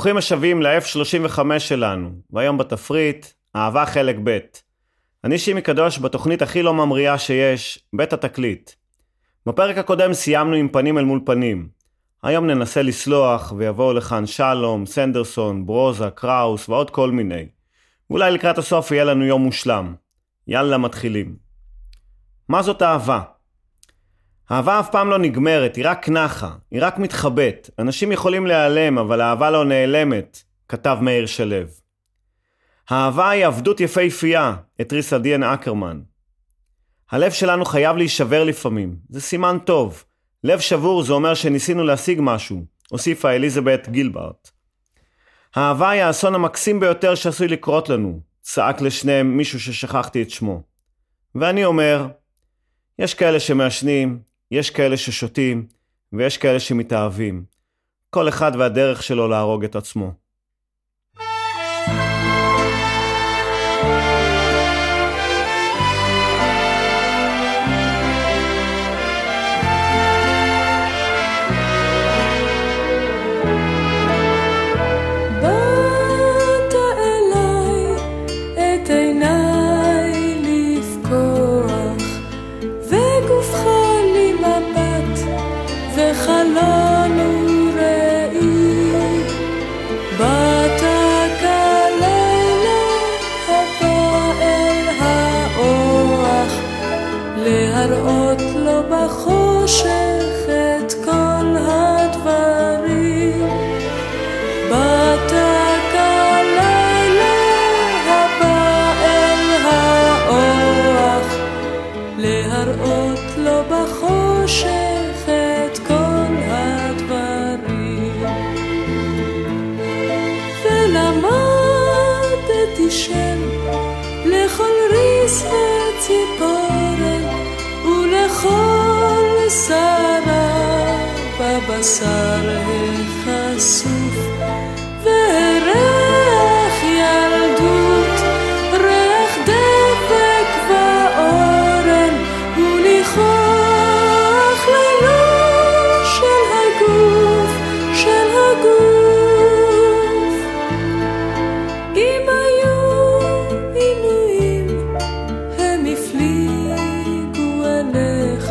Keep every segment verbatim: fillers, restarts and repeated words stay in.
ברוכים השבים ל-אף שלושים וחמש שלנו, והיום בתפריט, אהבה חלק ב'. אני שימי קדוש בתוכנית הכי לא ממריאה שיש, בית התקליט. בפרק הקודם סיימנו עם פנים אל מול פנים. היום ננסה לסלוח ויבואו לכאן שלום, סנדרסון, ברוזה, קראוס ועוד כל מיני. ואולי לקראת הסוף יהיה לנו יום מושלם. יאללה מתחילים. מה זאת אהבה? אהבה אף פעם לא נגמרת, היא רק נחה, היא רק מתחבאת. אנשים יכולים להיעלם, אבל האהבה לא נעלמת, כתב מאיר שלו. האהבה היא עבדות יפהפייה, התריס עדיאן אקרמן. הלב שלנו חייב להישבר לפעמים, זה סימן טוב. לב שבור זה אומר שניסינו להשיג משהו, הוסיפה אליזבת גילברט. האהבה היא האסון המקסים ביותר שעשוי לקרות לנו, צעק לשניהם מישהו ששכחתי את שמו. ואני אומר, יש כאלה שמעשנים, יש כאלה ששותים, ויש כאלה שמתאהבים. כל אחד והדרך שלו להרוג את עצמו. להראות לו בחושך את כל הדברים. באת כלילה הבא אל האוח, להראות לו בחושך את כל הדברים. ולמדתי שם לכל ריס וציפורן ולכל שרה בבשר החשוף, וריח ילדות, ריח דבק ואורן, וניחוח לילה של הגוף, של הגוף. אם היו עינויים הם הפליגו אליך,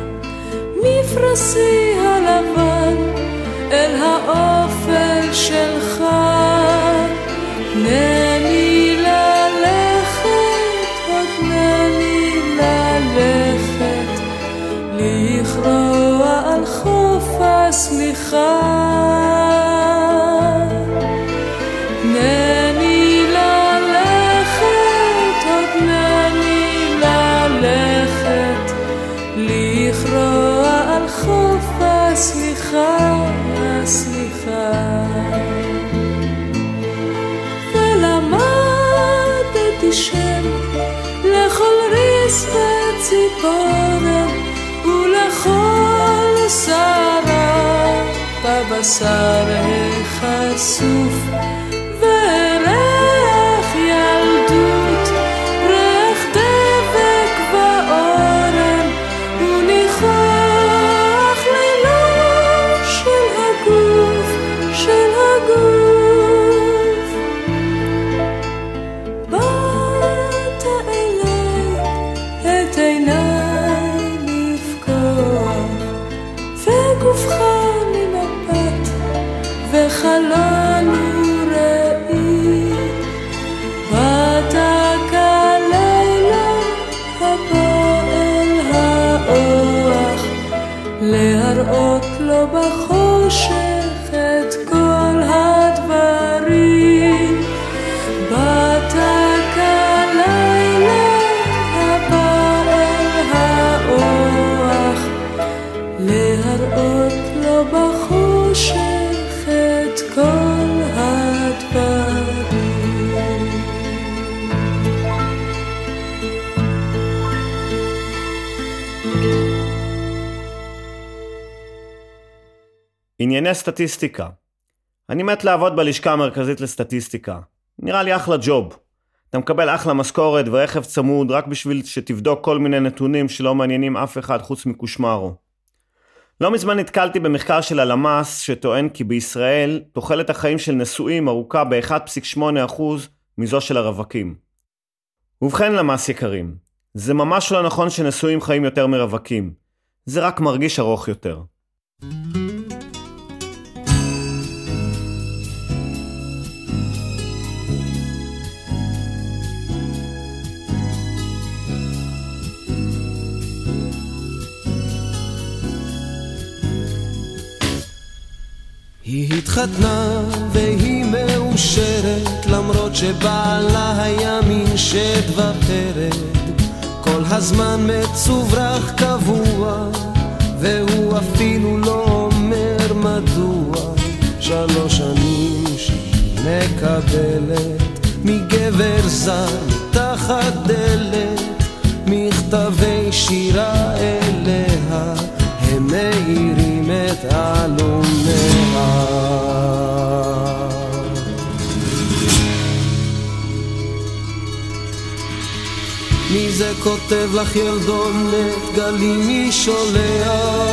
מפרסי הלבן אל האופל שלך. נני ללכת, עוד נני ללכת, לכרוע על חוף הסליחה. נני ללכת, עוד נני ללכת, לכרוע על חוף הסליחה, הסליחה. ולמדתי שם לכל ריס וציפורן ולכל שרה בבשר החשוף, וריח ילדות, ריח דבק ואורן, וניחוח לילה של הגוף, של הגוף. באת אליי את עיניי לפקוח, וגופך ממפת וחלון וראי. באת כלילה הבא אל האוח, להראות לו בחושך את כל הדברים. באת כלילה הבא אל האוח, להראות לו בחושך את כל הדברים. ענייני סטטיסטיקה. אני מת לעבוד בלשכה המרכזית לסטטיסטיקה. נראה לי אחלה ג'וב. אתה מקבל אחלה משכורת ורכב צמוד רק בשביל שתבדוק כל מיני נתונים שלא מעניינים אף אחד חוץ מקושמרו. לא מזמן נתקלתי במחקר של הלמ"ס שטוען כי בישראל תוחלת החיים של נשואים ארוכה ב-אחד נקודה שמונה אחוז מזו של הרווקים. ובכן למ"ס יקרים, זה ממש לא נכון שנשואים חיים יותר מרווקים. זה רק מרגיש ארוך יותר. היא התחתנה והיא מאושרת, למרות שבעלה היה מין שד ופרד, כל הזמן מצוברח קבוע, והוא אפילו לא אומר מדוע. שלוש שנים שהיא מקבלת מגבר זר מתחת דלת, מכתבי שירה אליה הם מאירים את עלומיה. מי זה כותב לך ילדונת, גלים מי שולח,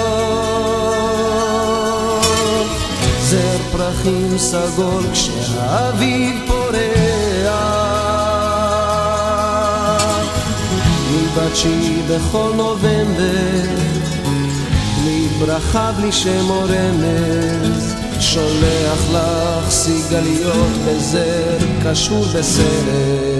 זר פרחים סגול כשהאביב פורח, מבת שהיא בכל נובמבר, בלי ברכה בלי שם או רמז, שולח לך סיגליות בזר קשור בסרט.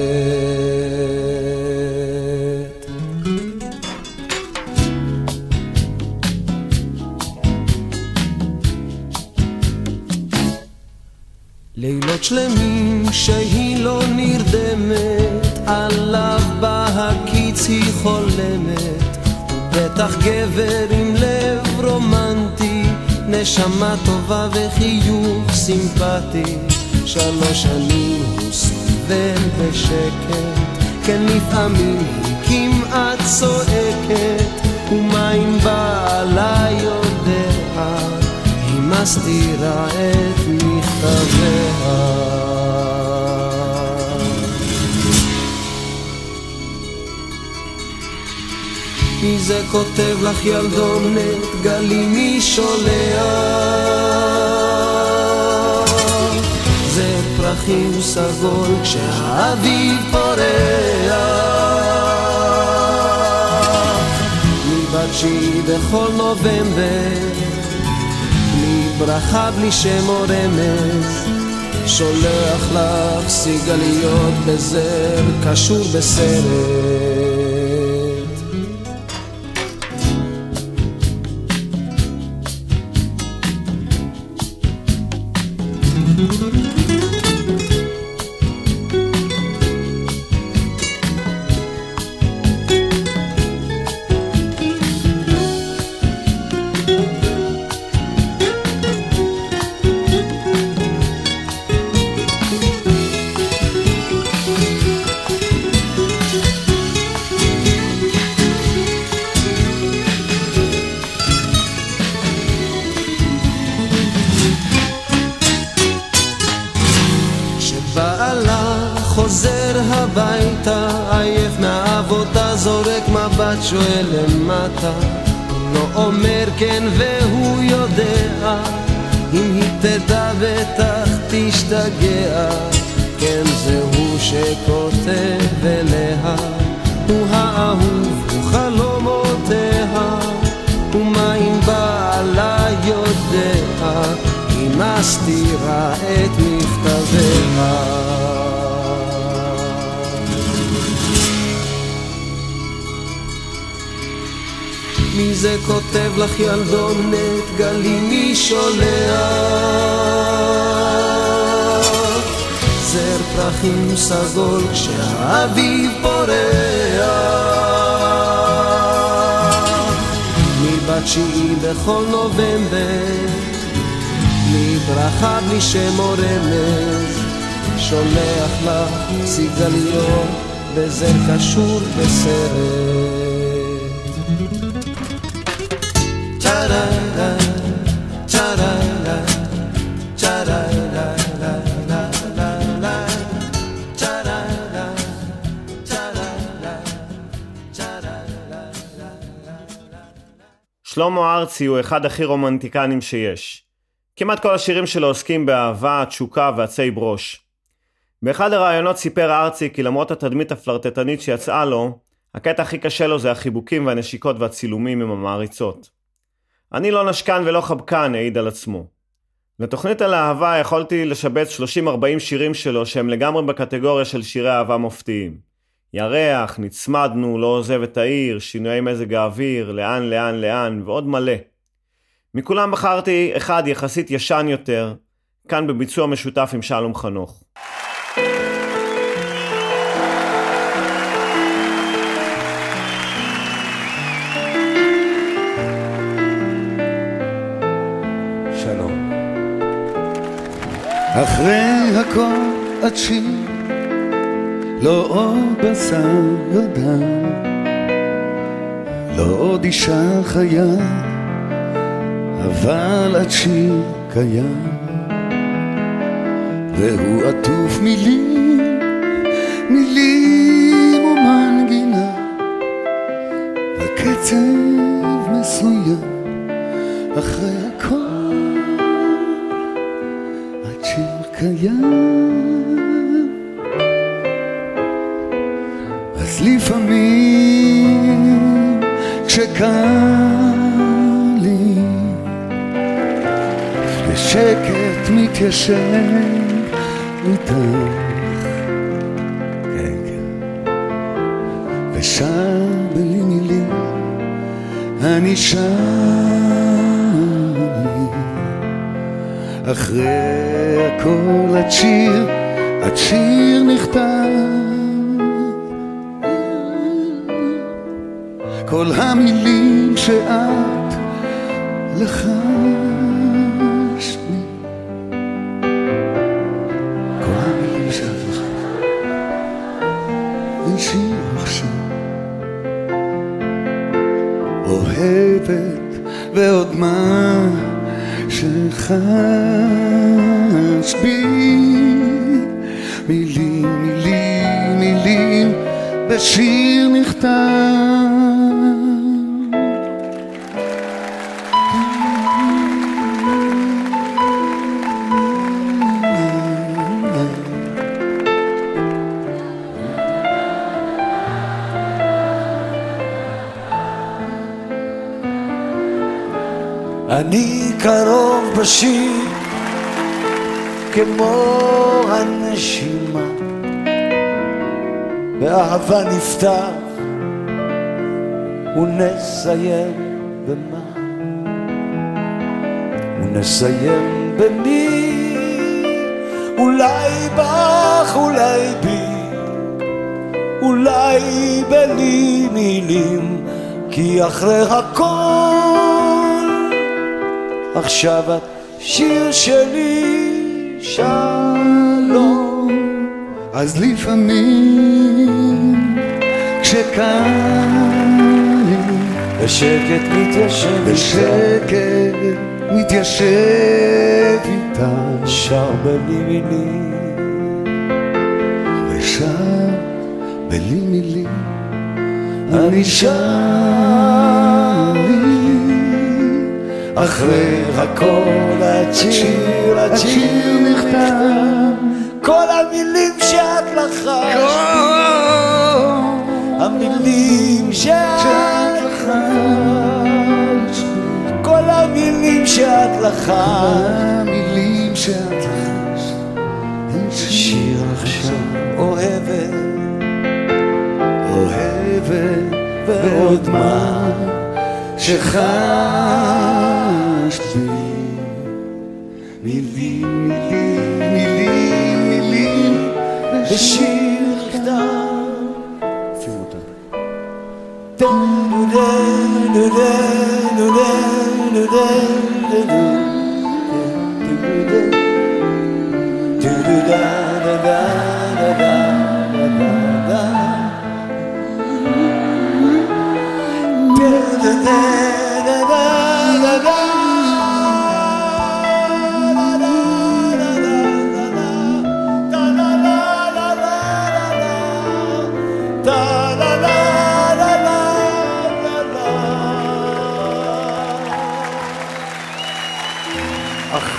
לילות שלמים שהיא לא נרדמת, עליו בהקיץ היא חולמת, בטח גבר עם לב רומנטי, נשמה טובה וחיוך סימפטי. שלוש שנים הוא סובל בשקט, כן לפעמים היא כמעט צועקת, ומה אם בעלה יודע, היא מסתירה את מכתביה. מי זה כותב לך ילדונת, גלים מי שולח, זה פרחים סגול כשהאביב פורח, מבת שהיא בכל נובמבר, בלי ברכה בלי שם או רמז, שולח לך סיגליות בזר קשור בסרט. חוזר הביתה עייף מהעבודה, זורק מבט שואל למטה, הוא לא אומר כן והוא יודע, אם היא תדע בטח תשתגע. כן זה הוא שכותב אליה, הוא האהוב הוא חלומותיה, ומה אם בעלה יודע, היא מסתירה את מכתביה. מי זה כותב לך ילדונת, גלים מי שולח, זר פרחים סגול כשהאביב פורח, מבת שהיא בכל נובמבר, בלי ברכה בלי שם או רמז, שולח לך סיגליות בזר קשור בסרט. שלמה ארצי הוא אחד הכי רומנטיקנים שיש. כמעט כל השירים שלו עוסקים באהבה, תשוקה ועצי ברוש. באחד הרעיונות סיפר ארצי כי למרות התדמית הפלרטטנית שיצאה לו, הקטע הכי קשה לו זה החיבוקים והנשיקות והצילומים עם המעריצות. אני לא נשקן ולא חבקן, העיד על עצמו. לתוכנית על האהבה יכולתי לשבץ שלושים ארבעים שירים שלו שהם לגמרי בקטגוריה של שירי אהבה מופתיים. ירח, נצמדנו, לא עוזב את העיר, שינויי מזג האוויר, לאן, לאן, לאן, ועוד מלא. מכולם בחרתי אחד יחסית ישן יותר, כאן בביצוע משותף עם שלום חנוך. שלום. אחרי הכל את שיר, לא עוד בשר ודם, לא עוד אישה חיה, אבל את שיר קיים, והוא עטוף מילים, מילים ומנגינה, וקצב מסוים. אחרי הכל את שיר קיים. אז לפעמים כשקר לי, בשקט מתיישב איתך, כן, כן, ושר בלי מילים אני שר לי. אחרי הכל את שיר, את שיר נכתב, כל המילים שאת לחשת לי, כל המילים שאת לחשת, אין שיר עכשיו. אוהבת ועוד מה שחש בי, מילים, מילים, מילים בשיר נכתב. אני קרוב בשיר כמו הנשימה, באהבה נפתח ונסיים במה, ונסיים במי, אולי בך אולי בי, אולי בלי מילים, כי אחרי הכל עכשיו את שיר שלי. שלום. אז לפעמים כשקר לי, בשקט מתיישב, בשקט מתיישב איתך, שר בלי מילים, ושר בלי מילים אני שר לי. אחרי הכל את שיר, את שיר נכתב, כל המילים שאת לחשת, המילים שאת לחשת, כל המילים שאת לחשת, המילים שאת לחשת, שיר עכשיו. אוהבת, אוהבת ועוד מה שחשת בי, מילים, מילים, מילים, מילים בשיר נכתב. שימו אותה.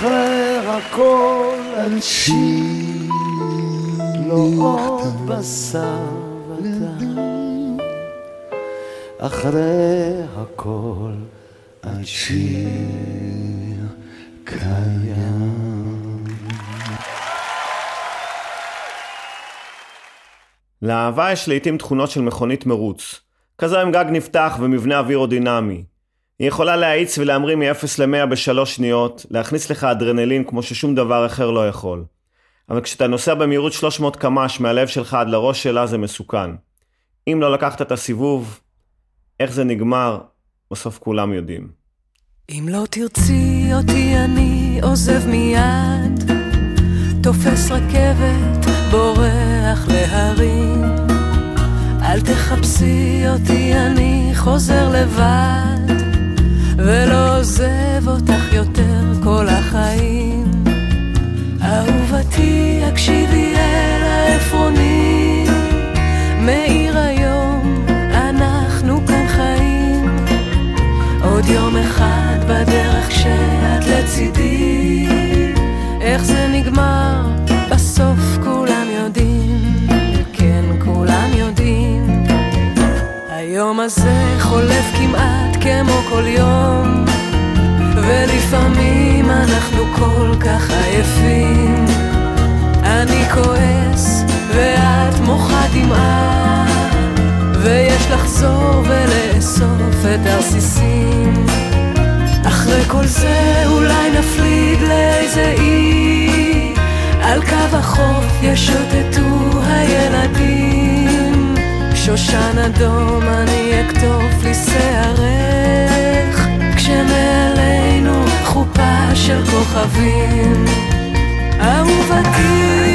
אחרי הכל על שיר לא עוד בשר ודם, אחרי הכל על שיר קיים. לאהבה יש לעתים תכונות של מכונית מרוץ, כזו עם גג נפתח ומבנה אווירודינמי. היא יכולה להאיץ ולהמריא מ-אפס ל-מאה בשלוש שניות, להכניס לך אדרנלין כמו ששום דבר אחר לא יכול. אבל כשאתה נוסע במהירות שלוש מאות קמ"ש מהלב שלך עד לראש שלה זה מסוכן. אם לא לקחת את הסיבוב, איך זה נגמר, בסוף כולם יודעים. אם לא תרצי אותי אני עוזב מיד, תופס רכבת, בורח להרים. אל תחפשי אותי, אני חוזר לבד, ולא עוזב אותך יותר כל החיים. אהובתי, הקשיבי אל העפרוני, מאיר היום, אנחנו כאן חיים. עוד יום אחד בדרך שאת לצידי, איך זה נגמר, בסוף כולם יודעים, כן כולם יודעים. היום הזה חולף כמעט כמו כל יום, ולפעמים אנחנו כל כך עייפים. אני כועס ואת מוחה דמעה, ויש לחזור ולאסוף את הרסיסים. אחרי כל זה אולי נפליג לאיזה אי, על קו החוף ישוטטו הילדים. שושן אדום אני אקטוף לי שערך, כשמעלינו חופה של כוכבים. אהובתי,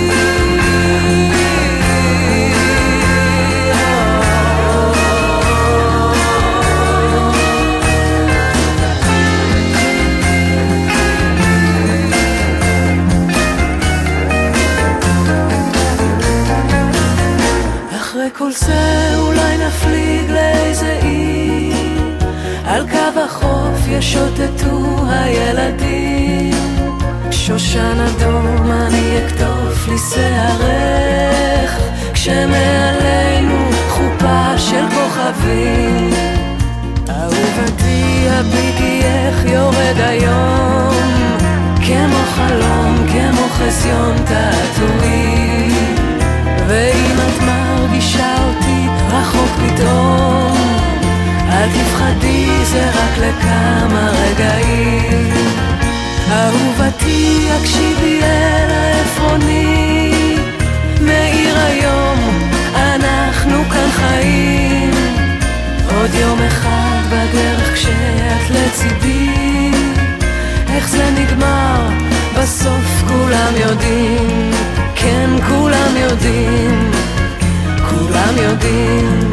אחרי כל זה אולי נפליג לאיזה אי, על קו החוף ישוטטו הילדים. שושן אדום אני אקטוף לי שערך, כשמעלינו חופה של כוכבים. אהובתי הביטי איך יורד היום, כמו חלום, כמו חזיון תעתועי. ואם את מרגישה אותי רחוק פתאום, אל תפחדי, זה רק לכמה רגעים. אהובתי, הקשיבי אל העפרוני, מאיר היום, אנחנו כאן חיים. עוד יום אחד בדרך כשאת לצידי, איך זה נגמר, בסוף כולם יודעים, כן כולם יודעים, כולם יודעים.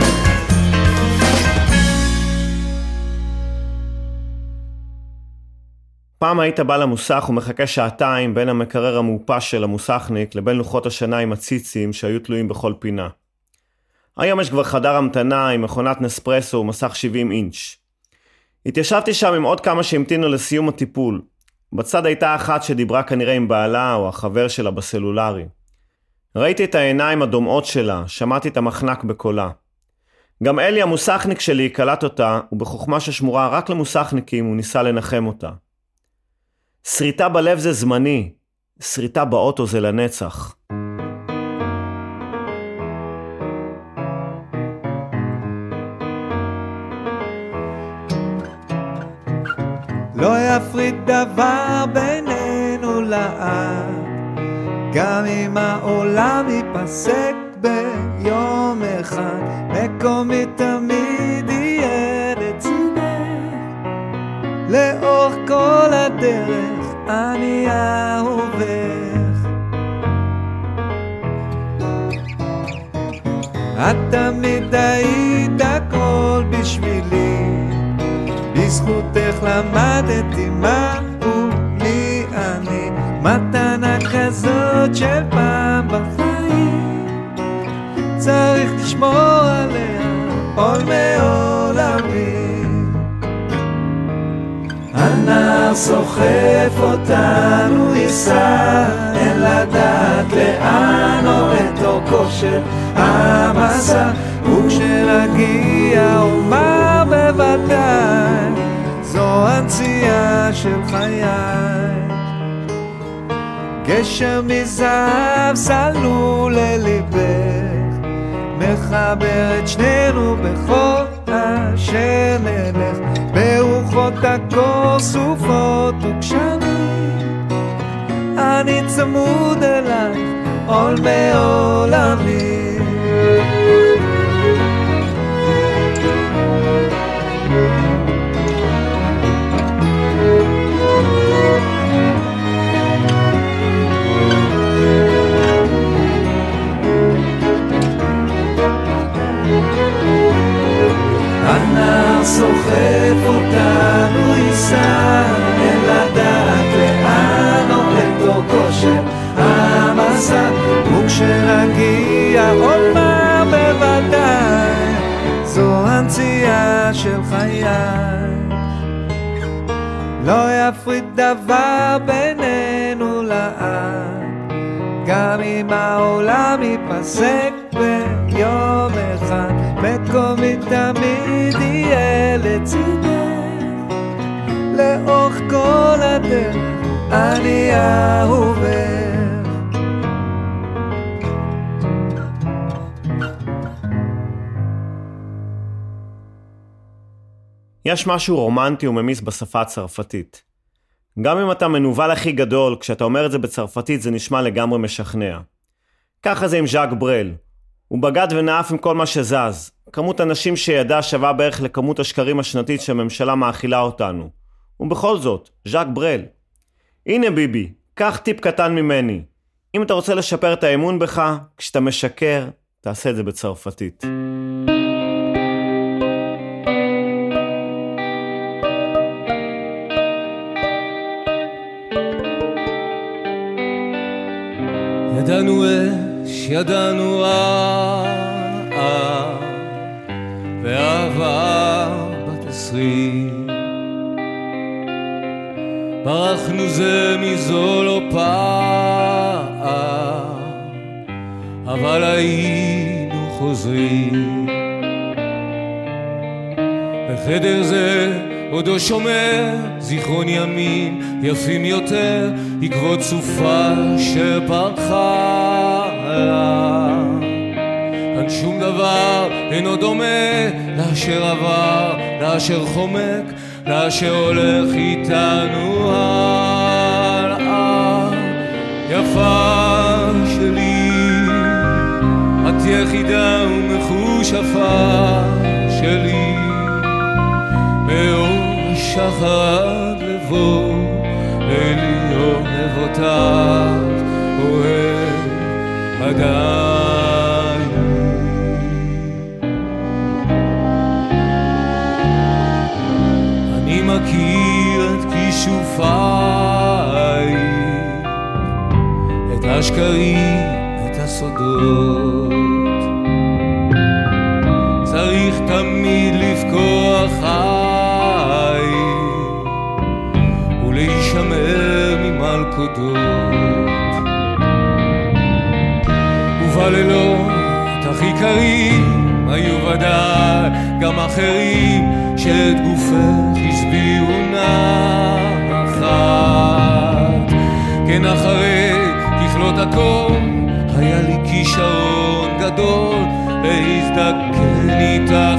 פעם היית בא למוסך ומחכה שעתיים בין המקרר המאופש של המוסכניק לבין לוחות השנה עם הציצים שהיו תלויים בכל פינה. היום יש כבר חדר המתנה עם מכונת נספרסו ומסך שבעים אינץ'. התיישבתי שם עם עוד כמה שהמתינו לסיום הטיפול. בצד הייתה אחת שדיברה כנראה עם בעלה או החבר שלה בסלולרי. ראיתי את העיניים הדומעות שלה, שמעתי את המחנק בקולה. גם אלי המוסכניק שלי קלט אותה, ובחוכמה ששמורה רק למוסכניקים הוא ניסה לנחם אותה. שריטה בלב זה זמני, שריטה באוטו זה לנצח. לא יפריד דבר בינינו לעד, גם אם העולם ייפסק ביום אחד, מקומי תמיד יהיה לצדך. לאורך כל הדרך אני אהובך, את תמיד היית הכל בשבילי, בזכותך למדתי מהו מי אני. מתנה כזאת של פעם בחיים, צריך לשמור עליה עול מעולמי. אני הנער סוחף אותנו ייסע, אין לדעת לאן או את אורכו של המסע, וכשנגיע אומר בוודאי, זו הנציאה של חיי. גשר מזהב סלול לליבך, מחבר את שנינו בכל אשר נלך, ברוחות הקור סופות וגשמים, אני צמוד אלייך עול מעולמי. הנער סוחף אותנו ייסע, אין לדעת לאן או את אורכו של המסע, וכשנגיע אומר בוודאי, זו הנציאה של חיי. לא יפריד דבר בינינו לעד, גם אם העולם ייפסק ביום אחד, מקומי תמיד יהיה לצידך, לאורך כל הדרך אני אהובך. יש משהו רומנטי וממיס בשפה הצרפתית. גם אם אתה מנוול הכי גדול, כשאתה אומר את זה בצרפתית זה נשמע לגמרי משכנע. ככה זה עם ז'אק ברל. הוא בגד ונאף עם כל מה שזז. כמות אנשים שידע שווה בערך לכמות השקרים השנתית שהממשלה מאכילה אותנו. ובכל זאת, ז'אק ברל. הנה ביבי, קח טיפ קטן ממני. אם אתה רוצה לשפר את האמון בך, כשאתה משקר, תעשה את זה בצרפתית. ידענו אש, ידענו רעב, ואהבה בת עשרים, ברחנו זה מזו לא פעם, אבל היינו חוזרים. בחדר זה עודו שומר זיכרון ימים יפים יותר, עקבות סופה שפרחה לה. כאן שום דבר אינו דומה לאשר עבר, לאשר חומק, לאשר הולך איתנו הלאה. יפה שלי, את יחידה ומחושפה שלי, מאור השחר עד לבוא אלי אוהב אותך, אוהב עדיין. אני מכיר את כישופיי, את השקרים, את הסודות, צריך תמיד לפקוח ולהישמר ממלכודות. ובלילות הכי קרים היו ודאי גם אחרים שאת גופך הסביעו נחת. כן, אחרי ככלות הכל היה לי כישרון גדול להזדקן איתך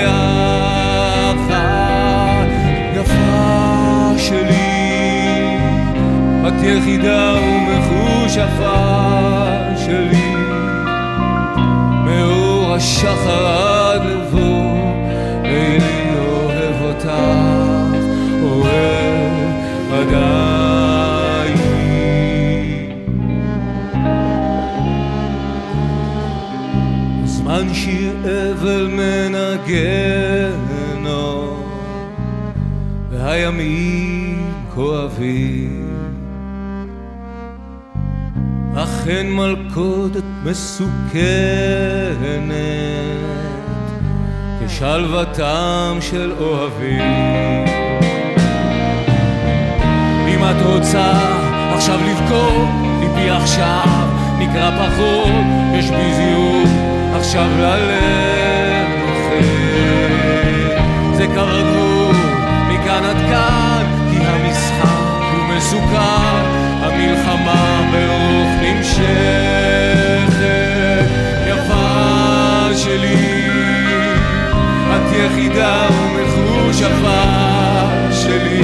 ביחד. יפה שלי, את יחידה ומחושפה שלי, מאור השחר עד לבוא אלי אוהב אותך, אוהב עדיין. זמן שיר אבל מנגנו והימים כואבים, אכן מלכודת מסוכנת כשלוותם של אוהבים. אם את רוצה עכשיו לבכות, ליבי עכשיו נקרא פחות, יש בי זיוף עכשיו ללכת. זה כרגע מכאן עד כאן, כי המשחק הוא מסוכן, המלחמה ברוך נמשכת. יפה שלי, את יחידה ומחושפה שלי,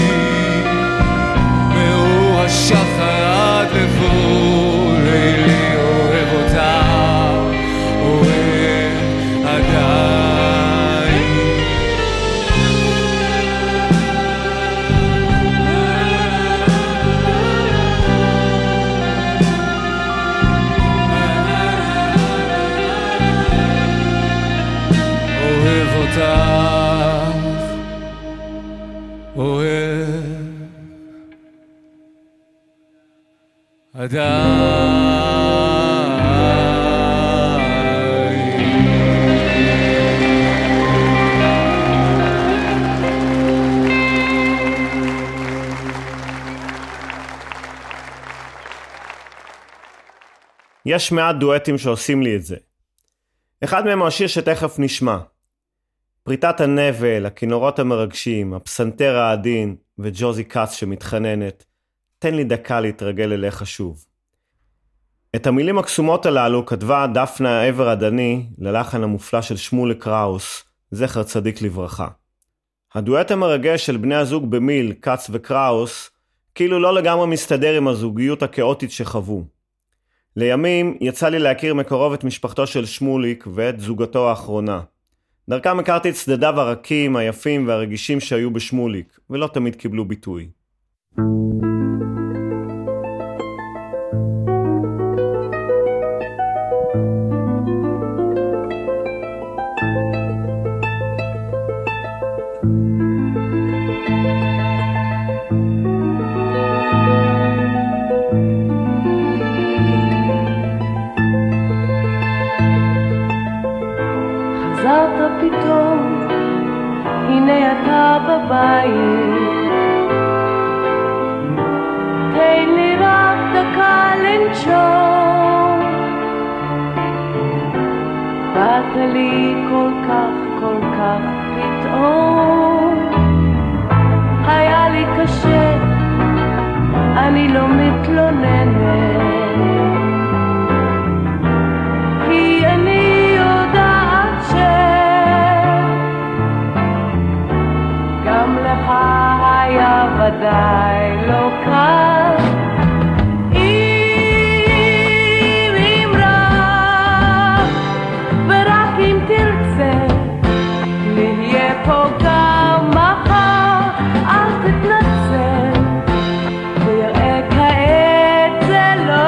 מאור השחר עד לבוא לילי, אוהב אותה, אוהב עדיין. אוהב אותך, אוהב עדיין. יש מעט דואטים שעושים לי את זה. אחד מהם הוא השיר שתכף נשמע. פריטת הנבל, הכינורות המרגשים, הפסנתר העדין וג'וזי קאץ שמתחננת, תן לי דקה להתרגל אליך שוב. את המילים הקסומות הללו כתבה דפנה עבר עדני ללחן המופלא של שמולי קראוס, זכר צדיק לברכה. הדואט המרגש של בני הזוג במיל, קאץ וקראוס, כאילו לא לגמרי מסתדר עם הזוגיות הכאוטית שחוו. לימים יצא לי להכיר מקרוב את משפחתו של שמוליק ואת זוגתו האחרונה. דרכם הכרתי את צדדיו הרכים, היפים והרגישים שהיו בשמוליק, ולא תמיד קיבלו ביטוי. פתאום, הנה אתה בבית, תן לי רק דקה לנשום. באת לי כל כך כל כך פתאום, היה לי קשה, אני לא מתלוננת, כי אני יודעת ש גם לך היה ודאי לא קל. אם אם רק ורק אם תרצה נהיה פה גם מחר, אל תתנצל ויראה כעת זה לא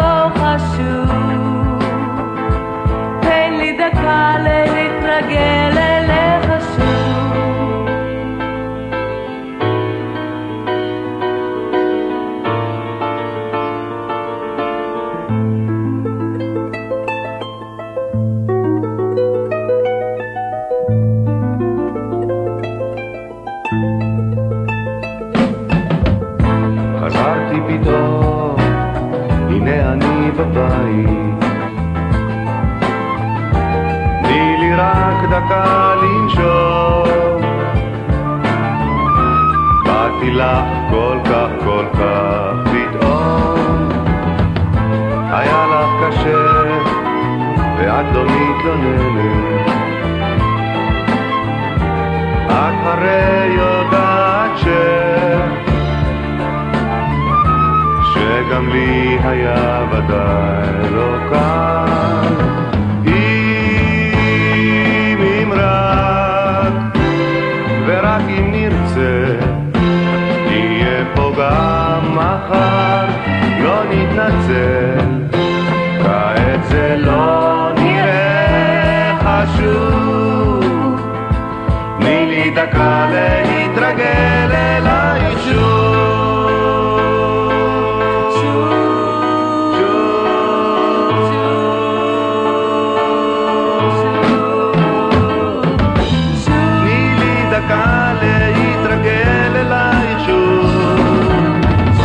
חשוב. תן לי דקה להתרגל אליך שוב. חזרתי פתאום, הנה אני בבית, תני לי רק דקה לנשום. באתי לך כל כך כל כך פתאום, היה לך קשה ואת לא מתלוננת, את הרי יודעת ש שגם לי היה ודאי לא קל. אם אם רק ורק אם נרצה נהיה פה גם מחר, לא נתנצל, כעת זה לא נראה חשוב. תני לי דקה להתרגל אליי שוב. שוב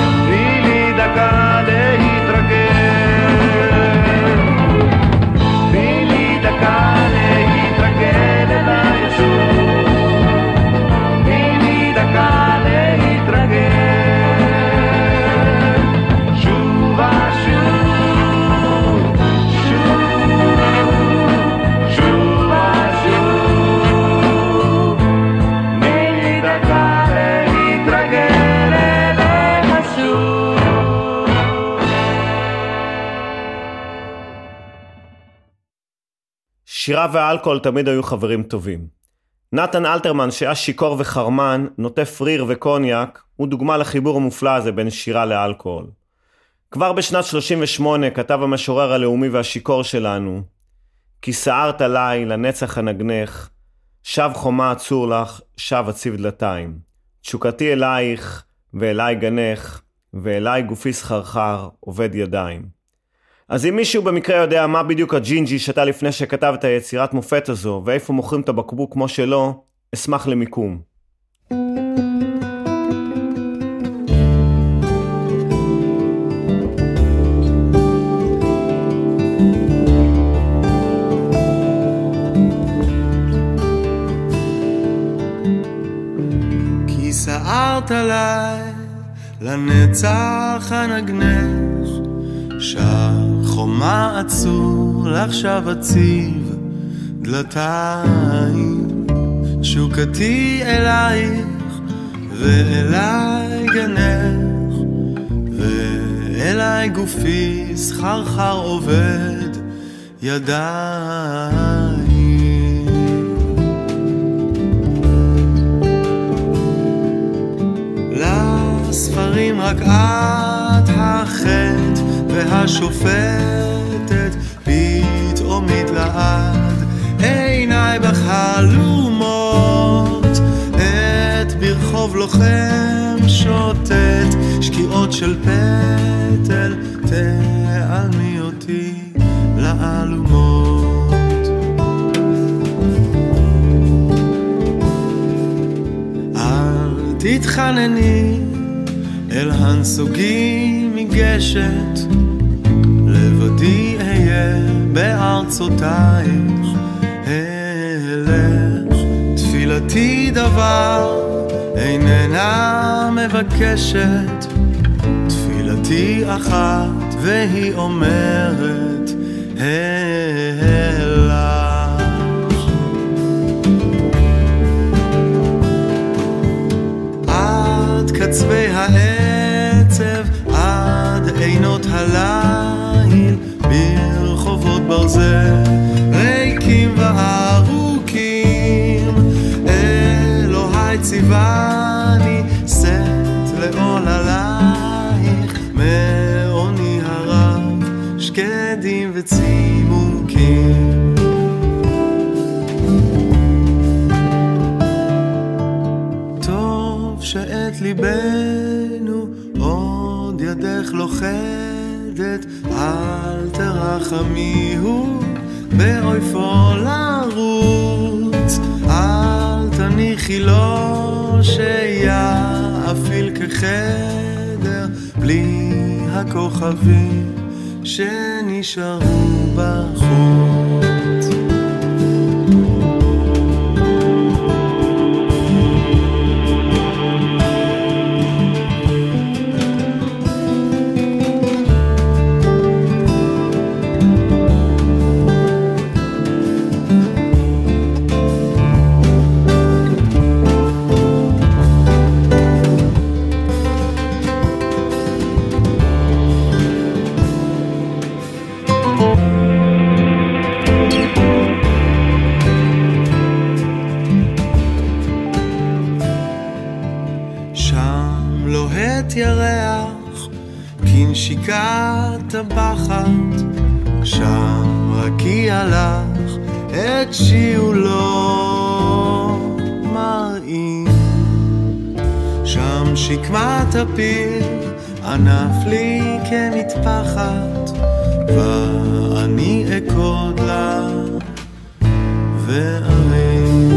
שירה ואלכוהול תמיד היו חברים טובים. נתן אלתרמן, שהיה שיקור וחרמן, נוטף ריר וקוניאק, הוא דוגמה לחיבור המופלא הזה בין שירה לאלכוהול. כבר בשנת שלושים ושמונה כתב המשורר הלאומי והשיקור שלנו, כי סערת עליי לנצח הנגנך, שב חומה עצור לך, שב הציב דלתיים. תשוקתי אלייך ואליי גנך, ואליי גופי סחרחר, עובד ידיים. אז אם מישהו במקרה יודע מה בדיוק הג'ינג'י שתה לפני שכתב את היצירת מופת הזו, ואיפה מוכרים את הבקבוק כמו שלא, אשמח למיקום. כי סערת עליי לנצח הנגנך, שהחומה עצור לך שב הציב דלתיים. תשוקתי אלייך ואליי גנך, ואליי גופי סחרחר עובד ידיים. לספרים רק את החטא והשופטת, פתאום מתלעד עיניי בחלומות, את ברחוב לוחם שוטט, שקיעות של פטל, תעלמי אותי לעלומות. אל תתחנני אל הנסוגים מגשת, לבדי אהיה בארצותייך אלך. תפילתי דבר איננה מבקשת, תפילתי אחת והיא אומרת הלך. עד קצווי העצב, עד עינות הליל, ברחובות ברזל ריקים וארוכים, אלוהי ציווני שאת לעול עלייך, מעוני הרב שקדים וצימוקים. טוב שאת ליבנו עוד ידך לוחדת, אל תרחמיהו באויפו לרוץ, אל תניחי לו שיאפיל כחדר בלי הכוכבים שנשארו בחוץ. ירח כנשיקת הבחת, שם רקי הלך את שיעולו מראים, שם שקמת הפיל ענף לי כמטפחת, ואני אקוד לה וארים.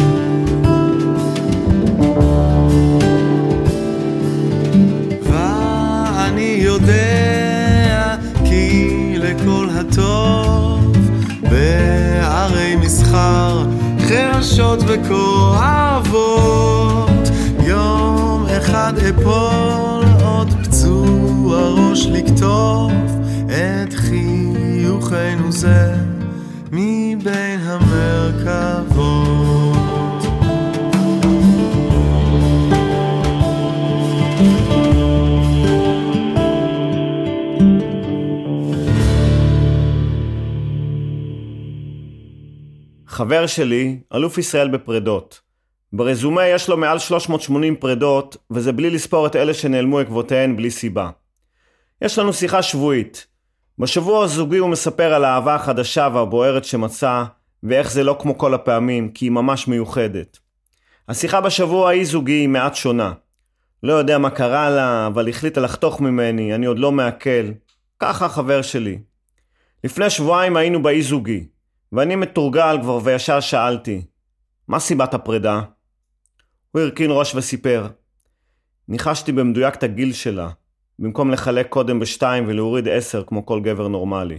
יודע כי לכל הטוב בערי מסחר חרשות וכואבות, יום אחד אפול עוד פצוע ראש לקטוף את חיוכנו זה מבין המרכבות. חבר שלי, אלוף ישראל בפרדות. ברזומה יש לו מעל שלוש מאות ושמונים פרדות, וזה בלי לספור את אלה שנעלמו עקבותיהן בלי סיבה. יש לנו שיחה שבועית. בשבוע הזוגי הוא מספר על האהבה החדשה והבוערת שמצא, ואיך זה לא כמו כל הפעמים, כי היא ממש מיוחדת. השיחה בשבוע ההיא זוגי היא מעט שונה. לא יודע מה קרה לה, אבל החליטה לחתוך ממני, אני עוד לא מעכל. ככה חבר שלי. לפני שבועיים היינו באי זוגי, ואני מתורגל כבר וישר שאלתי, מה סיבת הפרידה? הוא הרכין ראש וסיפר, ניחשתי במדויק את הגיל שלה, במקום לחלק קודם בשתיים ולהוריד עשר כמו כל גבר נורמלי.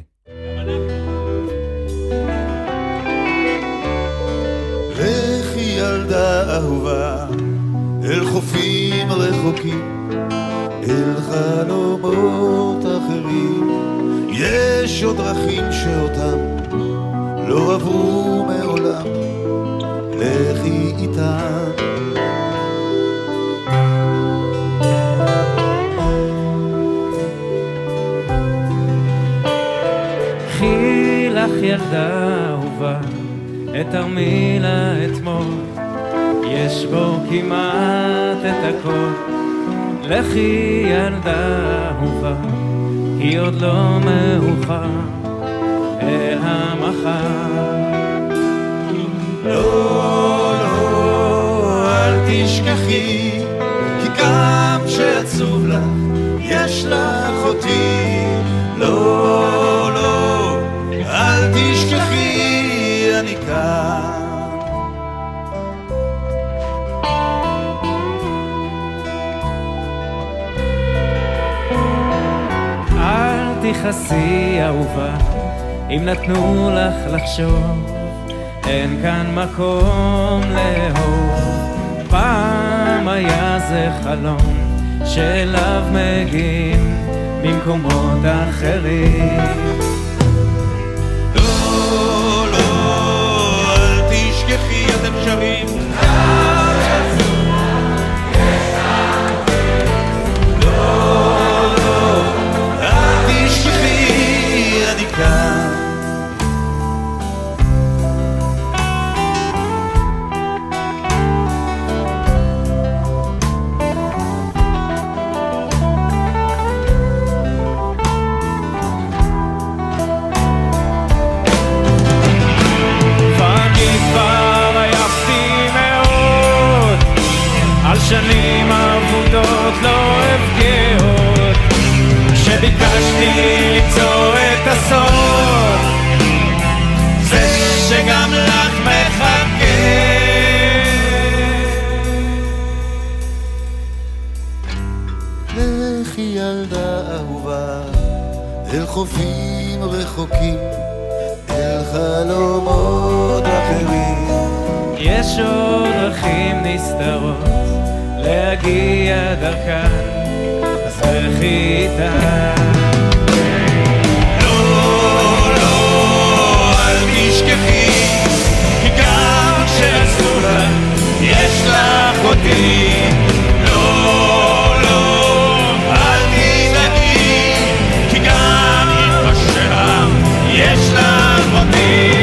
לכי ילדה אהובה, אל חופים רחוקים, אל חלומות אחרים, יש עוד דרכים שאותם לא עברו מעולם, לכי איתם. קחי לך ילדה אהובה, את תרמילה אתמול, יש בו כמעט את הכל. לכי ילדה אהובה, היא עוד לא מאוחר, אל המחר. לא, לא, אל תשכחי, כי גם שעצוב לך, יש לך אותי. לא, לא, אל תשכחי, אני כאן. אל תכעסי אהובה, אם נתנו לך לחשוב, אין כאן מקום לאהוב. פעם היה זה חלום שאליו מגיעים ממקומות אחרים. לא, לא, אל תשכחי, אתם שרים. לא, לא, אל תשכחי, אני כאן. שנים עבודות לא אבכה עוד, שביקשתי למצוא את הסוד, זה שגם לך מחכה. לכי ילדה אהובה, אל חופים רחוקים, אל חלומות אחרים. יש עוד דרכים נסתרות להגיע דרכן, אז לכי איתה. לא, לא, אל תשכחי, כי גם כשעצוב לך, יש לך אותי. לא, לא, אל תדאגי, כי גם אם קשה, יש לך אותי.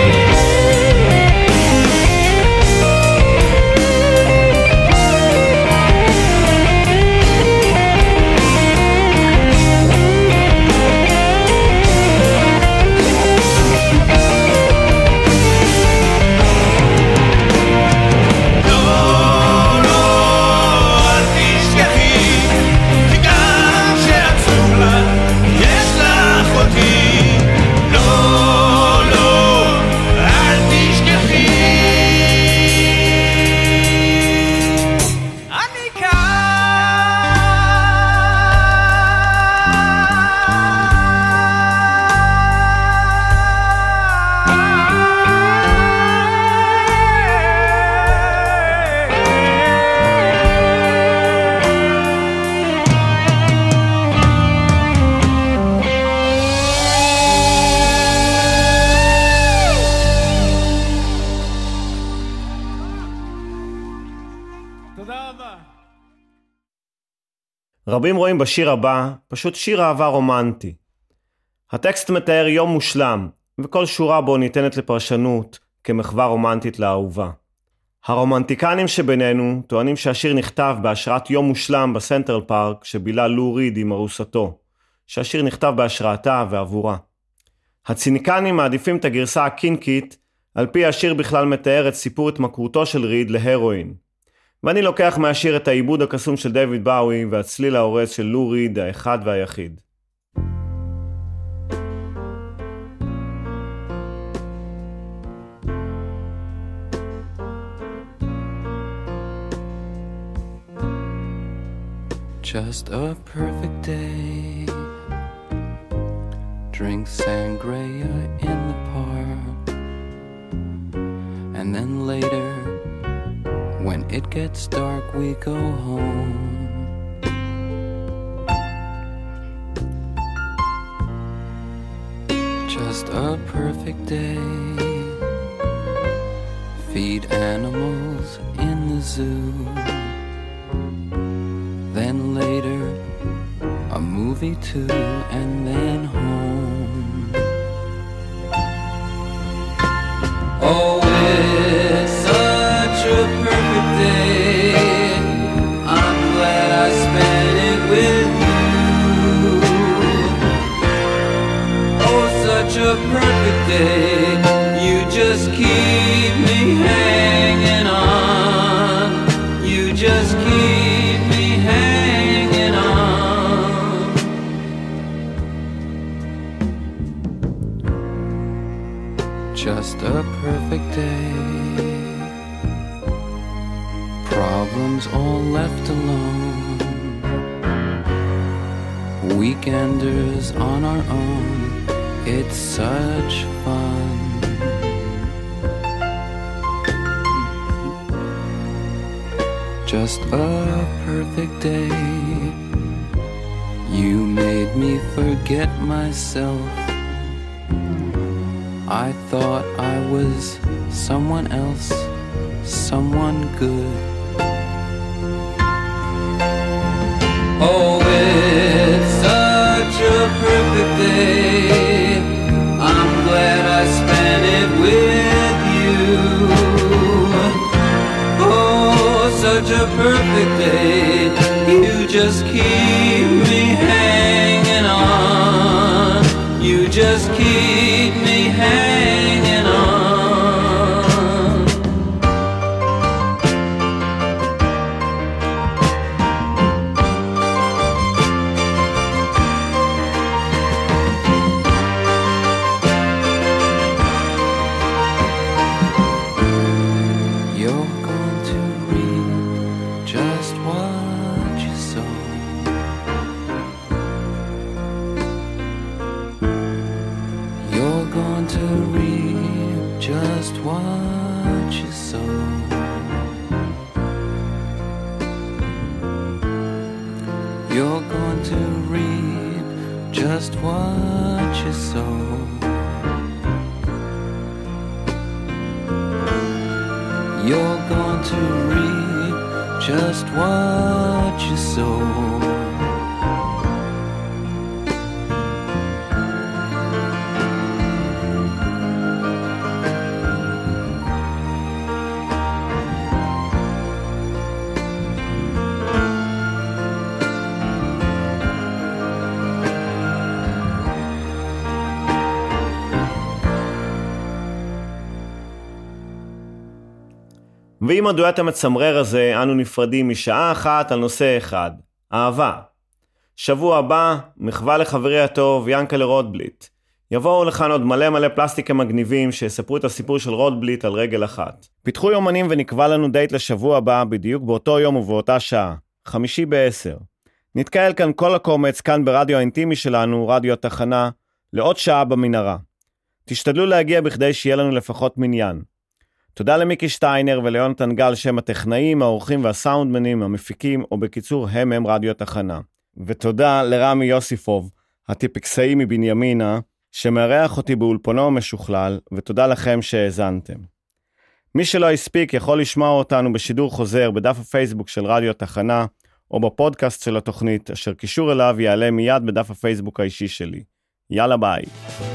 רבים רואים בשיר הבא פשוט שיר אהבה רומנטי. הטקסט מתאר יום מושלם, וכל שורה בו ניתנת לפרשנות, כמחווה רומנטית לאהובה. הרומנטיקנים שבינינו טוענים שהשיר נכתב בהשראת יום מושלם בסנטרל פארק שבילה לו ריד עם ארוסתו, שהשיר נכתב בהשראתה ועבורה. הציניקנים מעדיפים את הגרסה הקינקית, על פי השיר בכלל מתאר את סיפור התמכרותו של ריד להרואין. ואני לוקח מהשיר את העיבוד הקסום של דיוויד באוי והצליל ההורס של לו ריד האחד והיחיד. Just a perfect day. Drink sangria in the park. And then later, when it gets dark, we go home. Just a perfect day. Feed animals in the zoo. Then later, a movie too, and then home. Oh, it's such a perfect day. I'm glad I spent it with you. Oh, such a perfect day. You just keep me hanging on. You just keep me hanging on. Just a perfect day. Problems all left alone. Weekenders on our own. It's such fun. Just a perfect day. You made me forget myself. I thought I was someone else, someone good. Oh, it's such a perfect day. I'm glad I spent it with you. Oh, such a perfect day. You just keep me hanging on. You just keep me hanging on. You're going to reap just what you sow. You're going to reap just what you sow. You're going to reap just what you sow. You're going to reap just what you sow. ועם הדואט המצמרר הזה אנו נפרדים משעה אחת על נושא אחד, אהבה. שבוע הבא, מחווה לחברי הטוב ינקלה רוטבליט. יבואו לכאן עוד מלא מלא פלסטיקים מגניבים שיספרו את הסיפור של רוטבליט על רגל אחת. פיתחו יומנים ונקבע לנו דייט לשבוע הבא בדיוק באותו יום ובאותה שעה, חמישי בעשר. נתקהל כאן כל הקומץ כאן ברדיו האינטימי שלנו, רדיו התחנה, לעוד שעה במנהרה. תשתדלו להגיע בכדי שיהיה לנו לפחות מניין. תודה למיקי שטיינר וליונתן גל שם הטכנאים, האורחים והסאונדמנים, המפיקים, או בקיצור הם הם רדיו התחנה. ותודה לרמי יוסיפוב, הטיפקסאי מבנימינה, שמארח אותי באולפנו המשוכלל, ותודה לכם שהאזנתם. מי שלא הספיק יכול לשמוע אותנו בשידור חוזר בדף הפייסבוק של רדיו התחנה, או בפודקאסט של התוכנית, אשר קישור אליו יעלה מיד בדף הפייסבוק האישי שלי. יאללה ביי.